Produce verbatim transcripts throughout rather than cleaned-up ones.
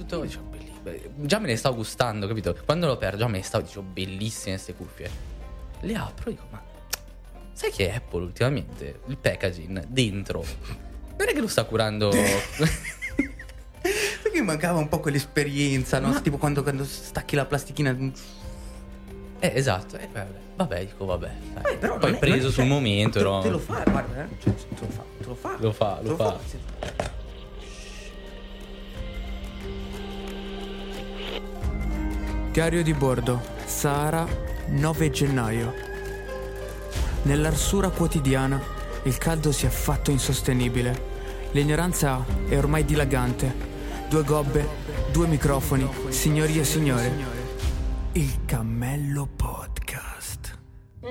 tutto, dicevo, belli- già me ne stavo gustando, capito? Quando l'ho aperto già me ne stavo, dicevo, bellissime queste cuffie. Le apro e dico, ma sai che Apple ultimamente, il packaging dentro, non è che lo sta curando... Sai che mancava un po' quell'esperienza, no? Ma- Tipo quando, quando stacchi la plastichina. Eh, esatto, eh, vabbè, vabbè, dico, vabbè. Dai. Eh, però Poi non è- preso non è- sul cioè, momento, te, ero... te lo fa, guarda, eh. Cioè, te lo fa, te lo fa. Lo fa, te lo fa. sì. Diario di bordo, Sahara, nove gennaio. Nell'arsura quotidiana il caldo si è fatto insostenibile. L'ignoranza è ormai dilagante. Due gobbe, due microfoni, signori e signore. Il Cammello Podcast.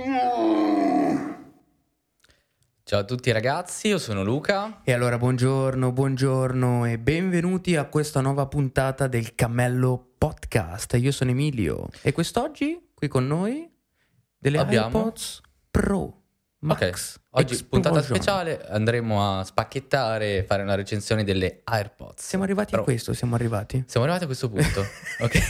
Ciao a tutti ragazzi, io sono Luca. E allora buongiorno, buongiorno e benvenuti a questa nuova puntata del Cammello Podcast. Io sono Emilio e quest'oggi qui con noi delle Abbiamo- AirPods Pro Max. Ok, oggi Explosion. puntata speciale, andremo a spacchettare e fare una recensione delle AirPods. Siamo arrivati Però a questo, siamo arrivati. Siamo arrivati a questo punto, ok?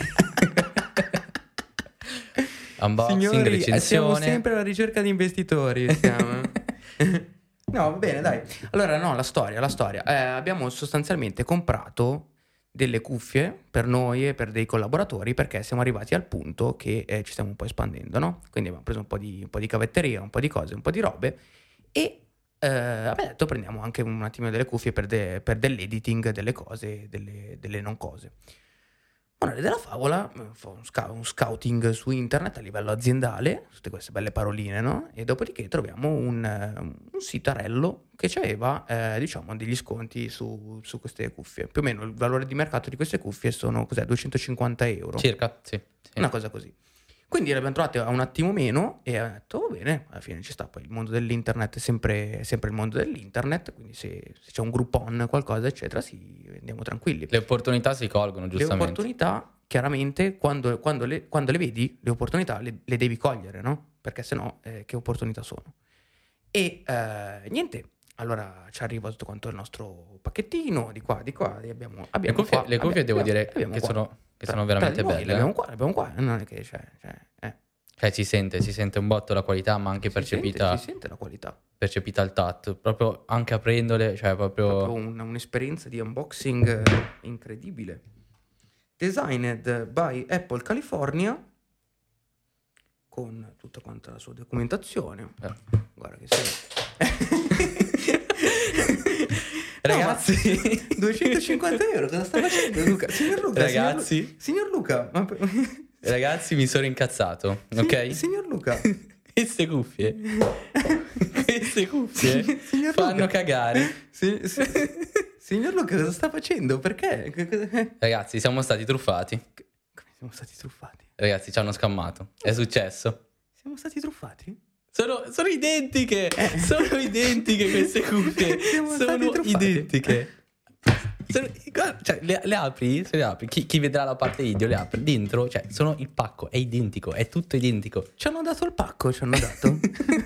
Unboxing, Signori, eh, recensione. siamo sempre alla ricerca di investitori. Siamo. No, va bene, dai. Allora, no, la storia, la storia. Eh, abbiamo sostanzialmente comprato delle cuffie per noi e per dei collaboratori perché siamo arrivati al punto che eh, ci stiamo un po' espandendo, no? Quindi abbiamo preso un po' di, un po' di cavetteria, un po' di cose, un po' di robe e eh, abbiamo detto prendiamo anche un attimo delle cuffie per, de- per dell'editing delle cose, delle, delle non cose. Morale della favola, fa un, sca- un scouting su internet a livello aziendale, tutte queste belle paroline, no? E dopodiché troviamo un, eh, un sitarello che aveva, eh, diciamo, degli sconti su, su queste cuffie. Più o meno il valore di mercato di queste cuffie sono, cos'è, duecentocinquanta euro? Circa, sì. sì. Una cosa così. Quindi le abbiamo trovate a un attimo meno e ho detto, va bene, alla fine ci sta. Poi il mondo dell'internet è sempre, è sempre il mondo dell'internet, quindi se, se c'è un Groupon, qualcosa, eccetera, sì, andiamo tranquilli. Le opportunità si colgono, Le giustamente. opportunità, chiaramente, quando, quando, le, quando le vedi, le opportunità le, le devi cogliere, no? Perché sennò eh, che opportunità sono? E eh, niente, allora ci arriva tutto quanto il nostro pacchettino, di qua, di qua, e abbiamo, Le abbiamo cuffie, qua, le cuffie abbiamo- devo dire abbiamo che qua. sono, che Tra- sono tra veramente di noi, belle. Le eh. abbiamo qua, le abbiamo qua, non è che c'è... c'è eh. Cioè si sente, si sente un botto la qualità, ma anche Si percepita, sente, si sente la qualità. percepita al tatto. Proprio anche aprendole, cioè proprio... Proprio un- un'esperienza di unboxing eh, incredibile. Designed by Apple California, con tutta quanta la sua documentazione. Eh. Guarda che sei. Ragazzi, duecentocinquanta euro, cosa sta facendo Luca? Signor Luca, Ragazzi. signor, Lu- signor Luca, ma... ragazzi, mi sono incazzato, ok? Signor Luca, Queste cuffie, queste cuffie Signor fanno Luca. cagare. si- si- signor Luca, cosa sta facendo? Perché? Come Ragazzi, siamo stati truffati. siamo stati truffati? Ragazzi, ci hanno scammato. È successo. Siamo stati truffati? Sono, sono identiche. Eh. Sono identiche queste cuffie. Siamo stati sono truffati. identiche. Sono- guarda, cioè, le, le apri, se le apri, chi, chi vedrà la parte video le apri dentro, cioè sono il pacco, è identico, è tutto identico. Ci hanno dato il pacco, ci hanno dato.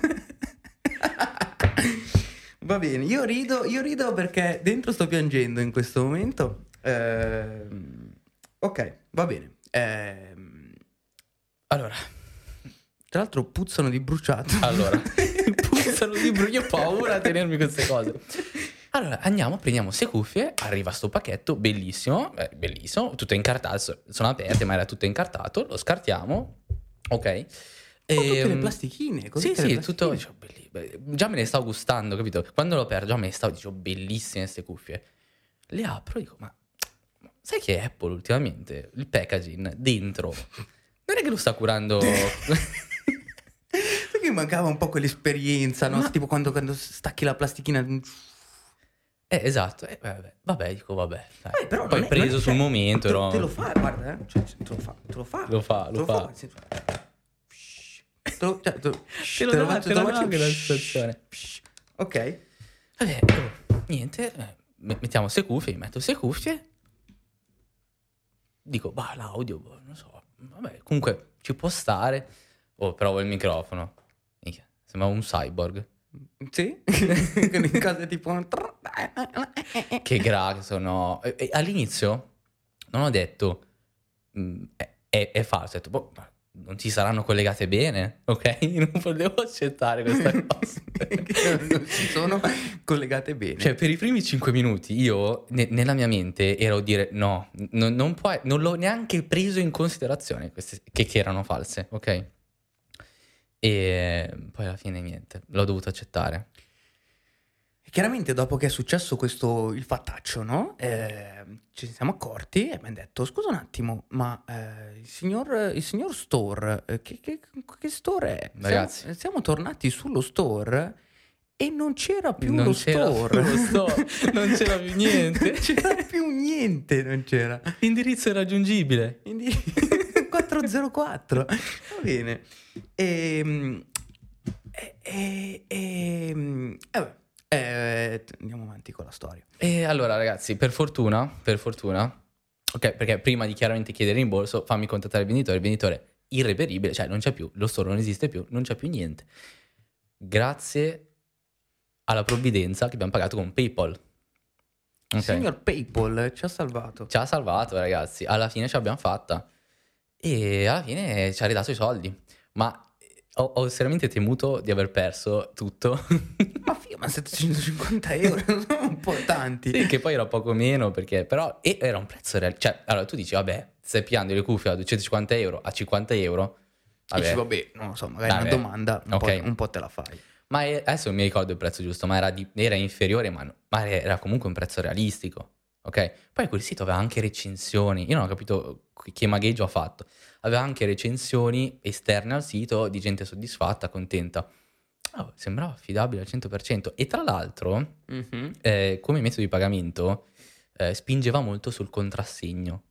Va bene, io rido, io rido perché dentro sto piangendo in questo momento. Ehm, ok, va bene. Ehm, Allora, tra l'altro puzzano di bruciato. allora, puzzano di bru- io ho paura a tenermi queste cose. Allora, andiamo, prendiamo queste cuffie, arriva sto pacchetto, bellissimo, eh, bellissimo, tutto incartato, so- sono aperte ma era tutto incartato, lo scartiamo, ok? E, Ho tutte le plastichine, così Sì, tutte le sì, tutto, plastichine. dicevo, belli- beh, già me ne stavo gustando, capito? Quando l'ho aperto già me ne stavo, dicevo, bellissime queste cuffie. Le apro e dico, ma ma sai che Apple ultimamente, il packaging dentro, non è che lo sta curando... Sai che mancava un po' quell'esperienza, no? Ma- Tipo quando, quando stacchi la plastichina. Eh, esatto, eh, vabbè, vabbè, dico, vabbè. dai. Eh, però Poi non è- preso non è- sul cioè, momento, te, ero... te lo fa, guarda, eh. Cioè, te lo fa, te lo fa. Lo fa, te lo fa. Sì. Te lo, cioè, te lo- Te lo te dà, faccio- te lo lo dà faccio- anche la situazione. Ok. Vabbè, oh, niente, eh, me- mettiamo queste cuffie, metto queste cuffie. Dico, bah, l'audio, boh, non so. Vabbè, comunque ci può stare. Oh, provo il microfono. Minchia, sembra un cyborg. Sì? In cose tipo... Che grasso, no. E- e all'inizio non ho detto mh, è, è, è falso, ho detto boh, ma non ci saranno collegate bene, ok? Non potevo accettare questa cosa. Non si sono collegate bene. Cioè, per i primi cinque minuti io, ne- nella mia mente, ero a dire no, non, non, può, non l'ho neanche preso in considerazione queste, che, che erano false, ok? E poi alla fine niente, l'ho dovuto accettare. Chiaramente dopo che è successo questo, il fattaccio, no? Eh, ci siamo accorti e abbiamo detto, scusa un attimo, ma eh, il, signor, il signor store, eh, che, che, che store è? Ragazzi. Siamo, siamo tornati sullo store e non c'era più Non lo c'era store. più lo store, non c'era più niente. Non c'era più niente, non c'era. L'indirizzo è raggiungibile. Quindi quattrocentoquattro. Va bene. E... e, e, e eh, vabbè. Eh, andiamo avanti con la storia. E allora ragazzi, per fortuna, per fortuna, ok, perché prima di chiaramente chiedere il rimborso, fammi contattare il venditore, il venditore irreperibile, cioè non c'è più, lo store non esiste più, non c'è più niente. Grazie alla provvidenza che abbiamo pagato con PayPal. Il Ok. signor PayPal ci ha salvato. Ci ha salvato ragazzi, alla fine ce l'abbiamo fatta e alla fine ci ha ridato i soldi, ma ho, ho seriamente temuto di aver perso tutto. Ma figa, ma settecentocinquanta euro sono un po' tanti. Sì, che poi era poco meno, perché però e era un prezzo reale. Cioè, allora tu dici, vabbè, stai pigliando le cuffie a duecentocinquanta euro a cinquanta euro. Vabbè. Dici, vabbè, non lo so, magari Vabbè. una domanda un, Ok. po', un po' te la fai. Ma è- adesso non mi ricordo il prezzo giusto, ma era, di- era inferiore, ma, no- ma era comunque un prezzo realistico. Ok? Poi quel sito aveva anche recensioni. Io non ho capito che magheggio ha fatto. Aveva anche recensioni esterne al sito di gente soddisfatta, contenta. Oh, sembrava affidabile al cento per cento. E tra l'altro, Mhm. eh, come metodo di pagamento, eh, spingeva molto sul contrassegno.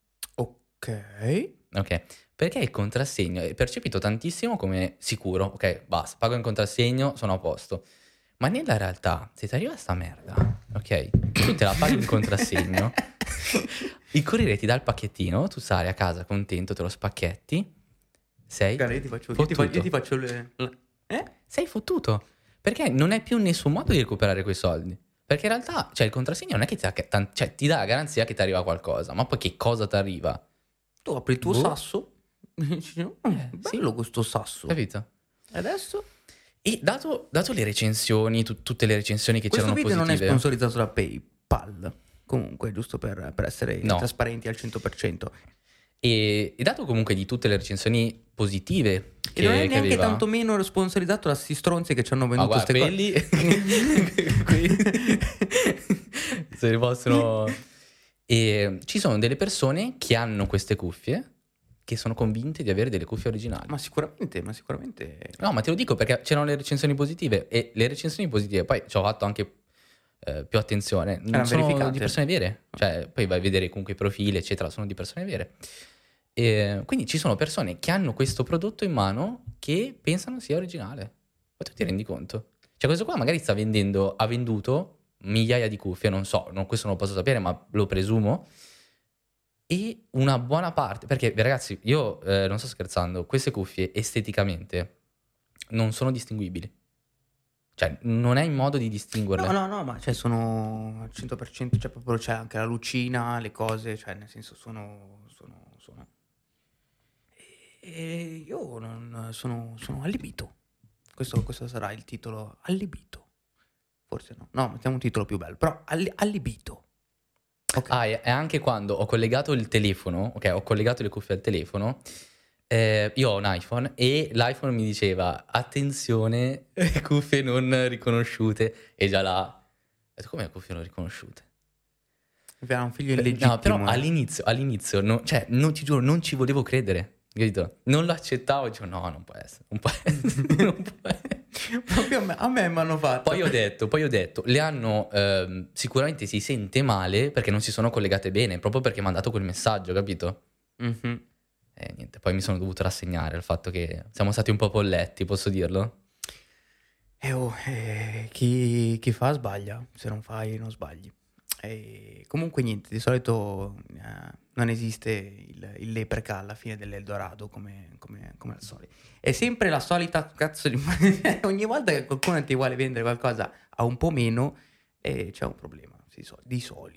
Ok. Ok? Perché il contrassegno è percepito tantissimo come sicuro. Ok, basta, pago in contrassegno, sono a posto. Ma nella realtà, se ti arriva sta merda, ok? Tu te la paghi in contrassegno, il corriere ti dà il pacchettino, tu sali a casa contento, te lo spacchetti, sei Guarda, io ti faccio, io ti fa- fottuto. io ti faccio le... le- Eh? Sei fottuto. Perché non è più nessun modo di recuperare quei soldi. Perché in realtà, cioè, il contrassegno non è che ti dà, che tan- cioè, ti dà la garanzia che ti arriva qualcosa, ma poi che cosa ti arriva? Tu apri il tuo Boh. sasso e dici, "Oh, Eh, bello questo sasso. Capito? E adesso? E dato, dato le recensioni, tu- tutte le recensioni che Questo c'erano video non è positive, sponsorizzato da PayPal. Comunque, giusto per, per essere No. trasparenti al cento per cento. e, e dato comunque di tutte le recensioni positive che, E non è che neanche aveva, tantomeno sponsorizzato da sti stronzi che ci hanno ma venduto guarda, queste quelli, cose. quelli se ne possono. E ci sono delle persone che hanno queste cuffie che sono convinte di avere delle cuffie originali. Ma sicuramente, ma sicuramente... No, ma te lo dico perché c'erano le recensioni positive e le recensioni positive, poi ci ho fatto anche eh, più attenzione, non Erano sono verificate. di persone vere, cioè poi vai a vedere comunque i profili eccetera, sono di persone vere. E quindi ci sono persone che hanno questo prodotto in mano che pensano sia originale. Ma tu ti rendi conto? Cioè questo qua magari sta vendendo, ha venduto migliaia di cuffie, non so, non, questo non lo posso sapere, ma lo presumo. E una buona parte, perché ragazzi, io eh, non sto scherzando, queste cuffie esteticamente non sono distinguibili. Cioè, non è in modo di distinguerle. No, no, no, ma cioè sono al cento per cento, cioè proprio c'è anche la lucina, le cose, cioè nel senso sono... sono, sono... E io non sono, sono allibito. Questo, questo sarà il titolo, allibito. Forse no, no, mettiamo un titolo più bello, però alli- allibito. Ok. Ah, e e anche quando ho collegato il telefono, ok, ho collegato le cuffie al telefono, eh, io ho un iPhone e l'iPhone mi diceva attenzione, cuffie non riconosciute, e già là, ho detto come cuffie non riconosciute? Aveva un figlio illegittimo. No, però eh. all'inizio, all'inizio, no, cioè, non ti giuro, non ci volevo credere, capito? Non lo accettavo, dicevo no, non può essere, non può essere, non può essere. Proprio a me, a me mi hanno fatto. Poi ho detto, poi ho detto, le hanno, ehm, sicuramente si sente male perché non si sono collegate bene, proprio perché mi ha mandato quel messaggio, capito? Mhm. E niente, poi mi sono dovuto rassegnare al fatto che siamo stati un po' polletti, posso dirlo? E oh, eh, chi, chi fa sbaglia, se non fai non sbagli. E comunque niente, di solito eh, non esiste il, il lepreca alla fine dell'Eldorado come, come, come al solito. È sempre la solita cazzo di... Ogni volta che qualcuno ti vuole vendere qualcosa a un po' meno, eh, c'è un problema, di sol- di solito.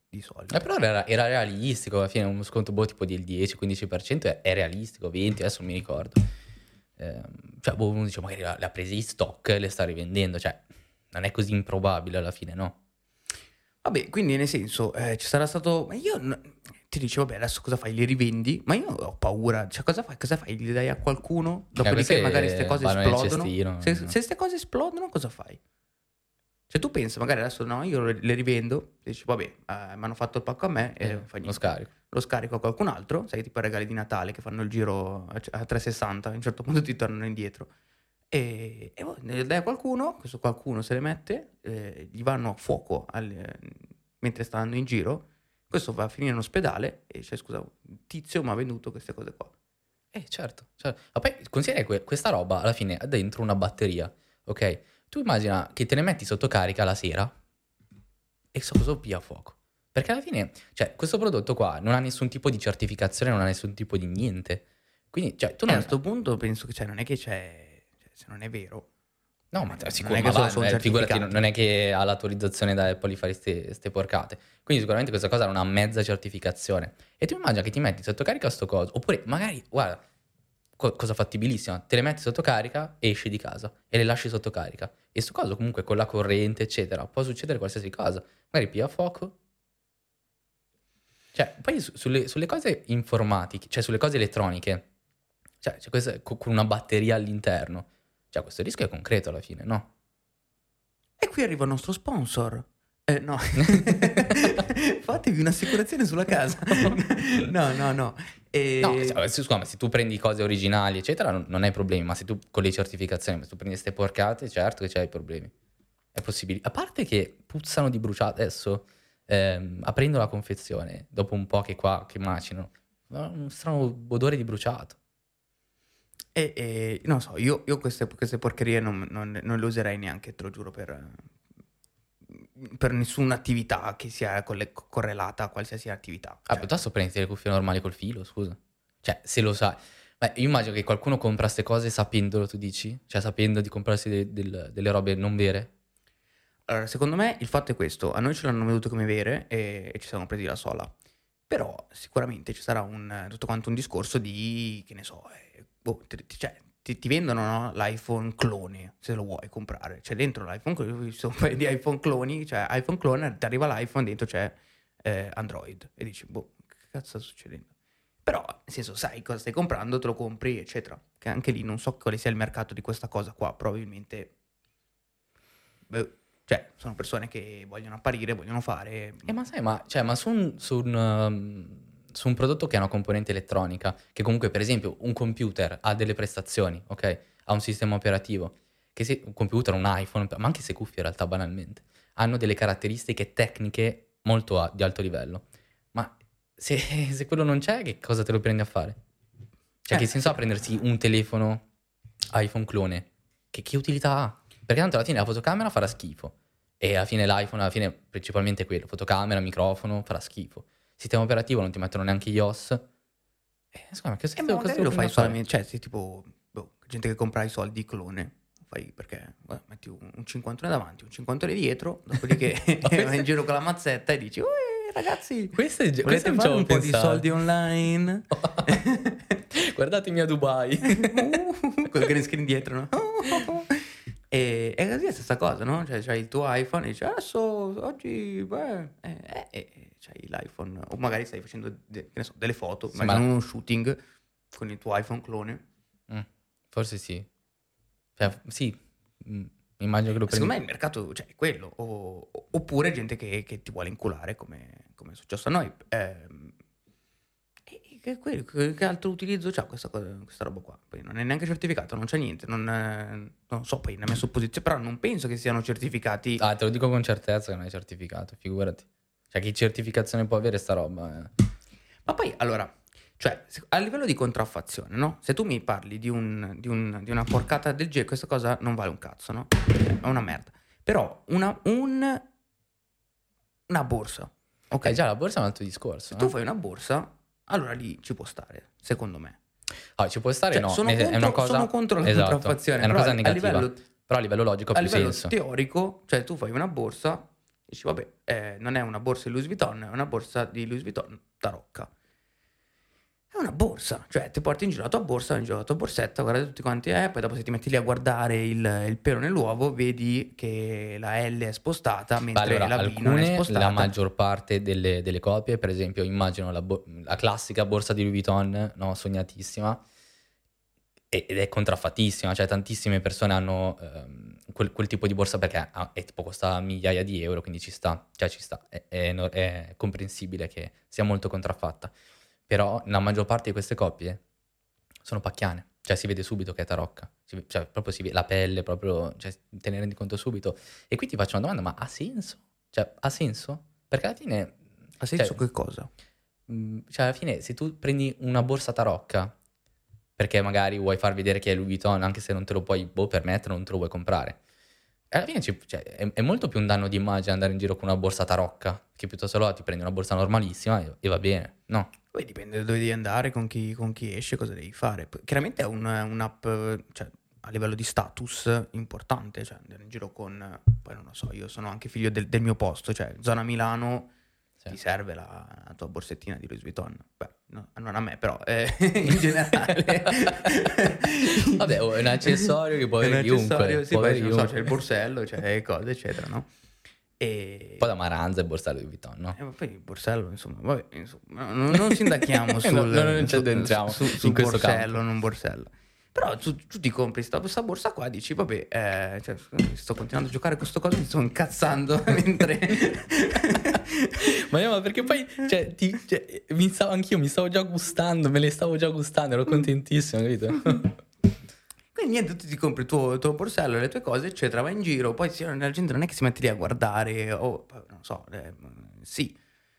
di soldi. Eh, però era, era realistico, alla fine uno sconto boh, tipo del dieci-quindici per cento è, è realistico, venti, adesso non mi ricordo. Eh, cioè, boh, uno dice magari le ha prese in stock e le sta rivendendo, cioè non è così improbabile alla fine, no? Vabbè, quindi nel senso, eh, ci sarà stato... Ma io n- ti dicevo, vabbè, adesso cosa fai? Li rivendi? Ma io ho paura. Cioè, cosa fai? Cosa fai? Li dai a qualcuno? Dopodiché queste magari queste cose vanno nel esplodono. cestino, Se no? queste cose esplodono, cosa fai? Cioè, tu pensi, magari adesso no, io le, le rivendo, dici, vabbè, eh, mi hanno fatto il pacco a me e Eh, non fa lo niente. scarico. Lo scarico a qualcun altro, sai, tipo i regali di Natale che fanno il giro a a trecentosessanta, a un certo punto ti tornano indietro. E, e poi ne dai a qualcuno, questo qualcuno se le mette, eh, gli vanno a fuoco al- eh, mentre sta andando in giro, questo va a finire in ospedale e dice, scusa, un tizio mi ha venduto queste cose qua. Eh, certo, certo. Ma poi considera che questa roba alla fine ha dentro una batteria, ok? Tu immagina che te ne metti sotto carica la sera e questo cosa piglia a fuoco. Perché alla fine, cioè, questo prodotto qua non ha nessun tipo di certificazione, non ha nessun tipo di niente. Quindi, cioè, tu E a non... questo punto penso che cioè, non è che c'è, cioè, se non è vero. No, ma non sicuro, è che ma sono, va, sono eh, figurati, certificati. non è che ha l'autorizzazione da Apple di fare queste porcate. Quindi sicuramente questa cosa ha una mezza certificazione. E tu immagina che ti metti sotto carica sto coso, oppure magari, guarda, co- cosa fattibilissima, te le metti sotto carica, esci di casa e le lasci sotto carica. E sto coso comunque con la corrente, eccetera, può succedere qualsiasi cosa. Magari piglia fuoco. Cioè, poi su- sulle, sulle cose informatiche, cioè sulle cose elettroniche, cioè c'è questa, co- con una batteria all'interno. Cioè questo rischio è concreto alla fine, no? E qui arriva il nostro sponsor. Eh, no. Fatevi un'assicurazione sulla casa. No, no, no. E... No, cioè, se- scusa, ma se tu prendi cose originali, eccetera, non, non hai problemi. Ma se tu con le certificazioni, ma se tu prendi queste porcate, certo che c'hai problemi. È possibile. A parte che puzzano di bruciato. Adesso, ehm, aprendo la confezione, dopo un po' che qua, che macinano, ha un strano odore di bruciato. E, e, non so, io, io queste, queste porcherie non, non- non le userei neanche, te lo giuro, per, per nessuna attività che sia colle- correlata a qualsiasi attività. Ah, Cioè, piuttosto prendi le cuffie normali col filo, scusa. Cioè, se lo sai. Beh, io immagino che qualcuno compra queste cose sapendolo, tu dici? Cioè, sapendo di comprarsi de- del- delle robe non vere? allora, secondo me il fatto è questo, a noi ce l'hanno venduto come vere e, e ci siamo presi la sola. Però sicuramente ci sarà un, tutto quanto un discorso di, che ne so, eh, boh, ti, ti- cioè, ti- ti vendono, no, l'iPhone clone, se lo vuoi comprare. C'è dentro l'iPhone clone, ci sono un paio di iPhone cloni, cioè iPhone clone, ti arriva l'iPhone, dentro c'è eh, Android. E dici, boh, che cazzo sta succedendo? Però, nel senso, sai cosa stai comprando, te lo compri, eccetera. Che anche lì non so quale sia il mercato di questa cosa qua, probabilmente... boh, cioè, sono persone che vogliono apparire, vogliono fare... Eh, ma sai, ma, cioè, ma su, un, su, un, um, su un prodotto che ha una componente elettronica, che comunque, per esempio, un computer ha delle prestazioni, ok? Ha un sistema operativo, che se un computer, un iPhone, ma anche se cuffie in realtà banalmente, hanno delle caratteristiche tecniche molto a- di alto livello. Ma se, se quello non c'è, che cosa te lo prendi a fare? Cioè, Eh, che senso ha prendersi un telefono iPhone clone? Che, che utilità ha? Perché tanto alla fine la fotocamera farà schifo. E alla fine l'iPhone, alla fine, principalmente quello, fotocamera, microfono, farà schifo. Sistema operativo non ti mettono neanche iOS. Eh, scusa, ma che E cosa ma cosa magari devo lo fai prendere a fare? solamente, cioè, se tipo, boh, gente che compra i soldi clone, fai perché, guarda, metti un, un cinquantone davanti, un cinquantone dietro, dopodiché vai in giro con la mazzetta e dici, uè, ragazzi, Questo è, volete questo non ci fare avevo un po' di pensato. soldi online? Guardatemi a Dubai. Quello che ne scrivi dietro, no? E, e così è la stessa cosa, no? Cioè, c'hai il tuo iPhone e dici, adesso, oggi, beh, eh, eh, eh, c'hai l'iPhone, o magari stai facendo, de- che ne so, delle foto, Sì, magari ma- uno shooting con il tuo iPhone clone. Mm, forse sì. Cioè, sì, mm, immagino che lo prendi. Secondo me il mercato, cioè, è quello, o- oppure gente che, che ti vuole inculare, come, come è successo a noi. Ehm, e che, quello- che- che altro utilizzo c'ha questa, cosa- questa roba qua? Poi non è neanche certificato, non c'è niente, non, eh, non so poi la mia supposizione, però non penso che siano certificati. Ah, te lo dico con certezza che non è certificato, figurati. Cioè, che certificazione può avere sta roba? eh? Ma poi, allora, cioè, se- a livello di contraffazione, no? Se tu mi parli di, un, di, un- di una porcata del genere, questa cosa non vale un cazzo, no? Cioè, è una merda. Però una, un, una borsa, ok? Ok, già la borsa è un altro discorso. Se eh? tu fai una borsa, allora lì ci può stare, secondo me. Ah, ci può stare, Cioè, no. sono è- è contro- una cosa... sono contro la esatto, contraffazione, è una però cosa a negativa. livello- Però a livello logico ha A più livello senso. teorico, cioè tu fai una borsa Dici, vabbè, eh, non è una borsa di Louis Vuitton, è una borsa di Louis Vuitton Tarocca. È una borsa, cioè ti porti in giro la tua borsa, in giro la tua borsetta, guarda tutti quanti è, poi dopo se ti metti lì a guardare il, il pelo nell'uovo, vedi che la L è spostata, mentre Allora, la B non è alcune, spostata. la maggior parte delle, delle copie, per esempio, immagino la, bo- la classica borsa di Louis Vuitton, no, sognatissima, e- ed è contraffattissima, cioè tantissime persone hanno ehm, quel, quel tipo di borsa perché ah, è tipo costa migliaia di euro, quindi ci sta, cioè ci sta, è, è no- è comprensibile che sia molto contraffatta. Però la maggior parte di queste coppie sono pacchiane, cioè si vede subito che è tarocca, si ve- cioè proprio si vede la pelle, proprio, cioè te ne rendi conto subito. E qui ti faccio una domanda, ma ha senso? Cioè, ha senso? Perché alla fine... Ha senso cioè, che cosa? mh, cioè alla fine se tu prendi una borsa tarocca, perché magari vuoi far vedere che è Louis Vuitton, anche se non te lo puoi boh, permettere, non te lo vuoi comprare, alla fine ci- cioè, è, è molto più un danno di immagine andare in giro con una borsa tarocca, che piuttosto allora ti prendi una borsa normalissima e, e va bene, no? Poi dipende da dove devi andare, con chi, con chi esce, cosa devi fare. P- Chiaramente è un, un'app, cioè, a livello di status importante, cioè andare in giro con, poi non lo so, io sono anche figlio del, del mio posto, cioè zona Milano, Sì. ti serve la, la tua borsettina di Louis Vuitton. Beh, no, non a me però, eh, in generale. Vabbè, è un accessorio che può È un avere chiunque, accessorio, sì, può poi avere non so, chiunque. c'è il borsello, c'è cose, eccetera, no? E... Poi da Maranza e borsa Louis Vuitton, no? Eh, ma poi il borsello, insomma, vabbè, insomma, non, non sindachiamo sul, No, no, non ci su- addentriamo su- in sul questo borsello, campo. non borsello. Però tu, tu ti compri sta, questa borsa qua, dici, vabbè, eh, cioè, sto continuando a giocare a questo coso, mi sto incazzando mentre... Ma, no, ma perché poi, cioè, ti, cioè, mi stavo anch'io, mi stavo già gustando, me le stavo già gustando, ero contentissimo, capito? Quindi niente, tu ti compri il tuo, il tuo borsello, le tue cose, eccetera, vai in giro, poi sì, la gente non è che si mette lì a guardare, o non so, eh, sì.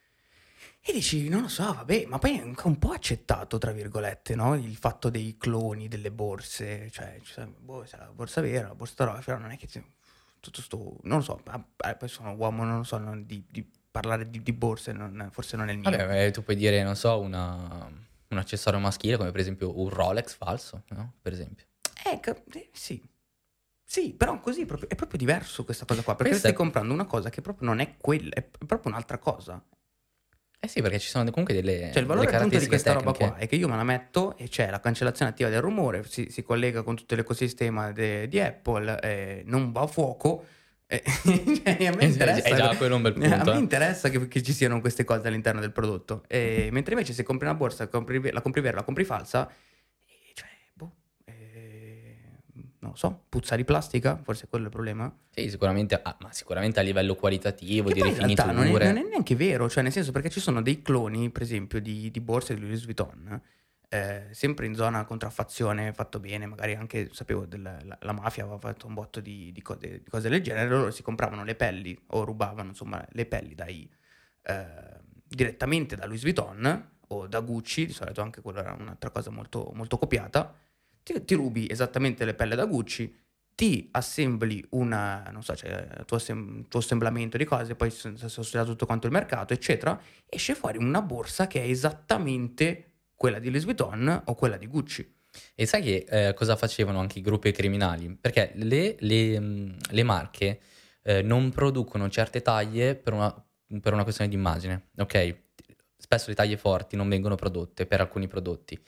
E dici, non lo so, vabbè, ma poi è anche un po' accettato, tra virgolette, no? Il fatto dei cloni delle borse, cioè, cioè, boh, se la borsa vera, la borsa rosa, però non è che c'è tutto sto, non lo so, ah, eh, poi sono uomo, non lo so, non- di, di parlare di, di borse non- forse non è il mio. Vabbè, eh, tu puoi dire, non so, una, un accessorio maschile come per esempio un Rolex falso, no? Per esempio. Eh, cap- eh, sì. Sì, però così proprio- è proprio diverso questa cosa qua, perché Questa stai è- comprando una cosa che proprio non è quella, è proprio un'altra cosa. Eh sì, perché ci sono comunque delle, Cioè il valore delle appunto di caratteristiche questa roba tecniche. qua è che io me la metto e c'è la cancellazione attiva del rumore, si, si collega con tutto l'ecosistema de- di Apple, eh, non va a fuoco. eh, cioè, a me Eh, interessa, è già quello un bel a punto, me eh. interessa che, che ci siano queste cose all'interno del prodotto. E, mentre invece se compri una borsa, compri- la compri vera, la compri falsa, eh, cioè, boh, eh, non lo so, puzza di plastica, forse quello è il problema. Sì, sicuramente, ah, ma sicuramente a livello qualitativo, Che di poi in realtà non è, rifiniture. non è neanche vero, cioè nel senso perché ci sono dei cloni, per esempio, di, di borse di Louis Vuitton, eh, sempre in zona contraffazione, fatto bene, magari anche, sapevo, della, la, la mafia aveva fatto un botto di, di cose, di cose del genere, loro si compravano le pelli o rubavano, insomma, le pelli dai, eh, direttamente da Louis Vuitton o da Gucci, di solito anche quella era un'altra cosa molto, molto copiata, ti, ti rubi esattamente le pelle da Gucci, ti assembli una, non so, cioè il tuo, assem- tuo assemblamento di cose, poi si si associa tutto quanto il mercato, eccetera, esce fuori una borsa che è esattamente quella di Louis Vuitton o quella di Gucci. E sai che eh, cosa facevano anche i gruppi criminali? Perché le, le, mh, le marche eh, non producono certe taglie per una, per una questione di immagine, ok? Spesso le taglie forti non vengono prodotte per alcuni prodotti.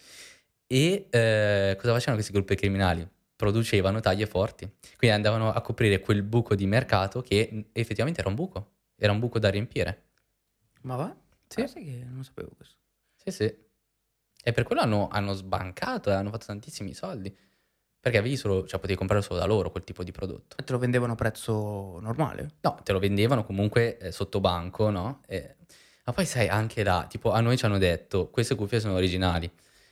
E eh, cosa facevano questi gruppi criminali? Producevano taglie forti. Quindi andavano a coprire quel buco di mercato che mh, effettivamente era un buco. Era un buco da riempire. Ma va? Sì. Ah, sai che non sapevo questo. Sì, sì. E per quello hanno, hanno sbancato e hanno fatto tantissimi soldi. Perché avevi solo, cioè potevi comprare solo da loro quel tipo di prodotto. E te lo vendevano a prezzo normale? No, te lo vendevano comunque eh, sotto banco, no? E- ma poi sai, anche là, tipo a noi ci hanno detto, queste cuffie sono originali.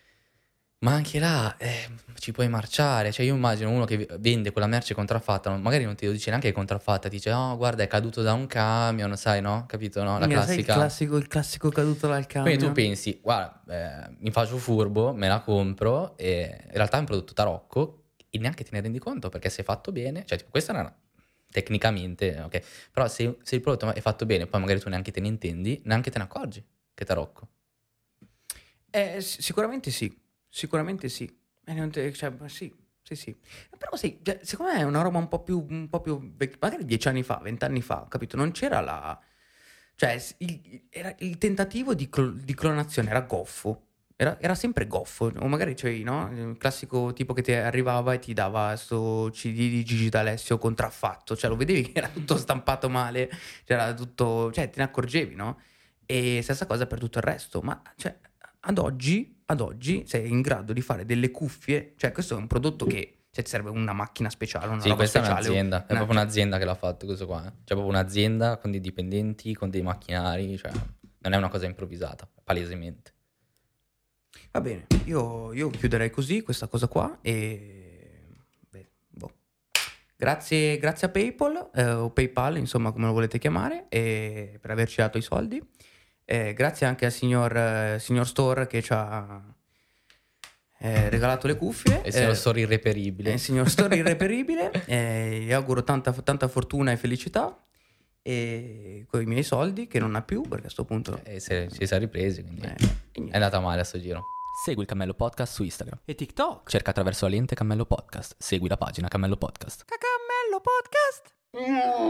Ma anche là eh, ci puoi marciare. Cioè io immagino uno che vende quella merce contraffatta, non- magari non ti lo dice neanche che è contraffatta, ti dice, oh guarda è caduto da un camion, sai, no? Capito, no? La Minchia, sai il classica... classico, il classico caduto dal camion? Quindi tu pensi, guarda, eh, mi faccio furbo, me la compro e in realtà è un prodotto tarocco e neanche te ne rendi conto perché se è fatto bene, cioè tipo questa è una, tecnicamente, ok, però se, se il prodotto è fatto bene poi magari tu neanche te ne intendi, neanche te ne accorgi che è tarocco. Eh, s- sicuramente sì, sicuramente sì. Eh, non te- cioè, ma sì, sì, Sì, sì. Però sì, cioè, secondo me è una roba un po' più, un po' più vec- magari dieci anni fa, vent'anni fa, capito? Non c'era la... Cioè, s- il, era il tentativo di, cl- di clonazione era goffo. Era, era sempre goffo. O magari c'è, no? Il classico tipo che ti arrivava e ti dava sto C D di Gigi D'Alessio contraffatto. Cioè, lo vedevi che era tutto stampato male, c'era tutto... Cioè, te ne accorgevi, no? E stessa cosa per tutto il resto. Ma, cioè, ad oggi, ad oggi sei in grado di fare delle cuffie. Cioè, questo è un prodotto che... Cioè, ti serve una macchina speciale, una Sì, roba questa speciale. è un'azienda, è una- proprio un'azienda che l'ha fatto questo qua. eh. C'è proprio un'azienda con dei dipendenti, con dei macchinari, cioè non è una cosa improvvisata, palesemente. Va bene, io, io chiuderei così questa cosa qua e... Beh, boh. Grazie, grazie a PayPal, eh, o PayPal, insomma, come lo volete chiamare, e per averci dato i soldi. Eh, grazie anche al signor, eh, signor Store che ci ha eh, regalato le cuffie. E se lo eh, storia irreperibile. eh, signor Store irreperibile. eh, gli auguro tanta, tanta fortuna e felicità e con i miei soldi che non ha più perché a sto punto... E se ci si è ripresi, quindi eh, e è niente. andata male a sto giro. Segui il Cammello Podcast su Instagram. E TikTok. Cerca attraverso la lente Cammello Podcast. Segui la pagina Cammello Podcast. Cammello Podcast.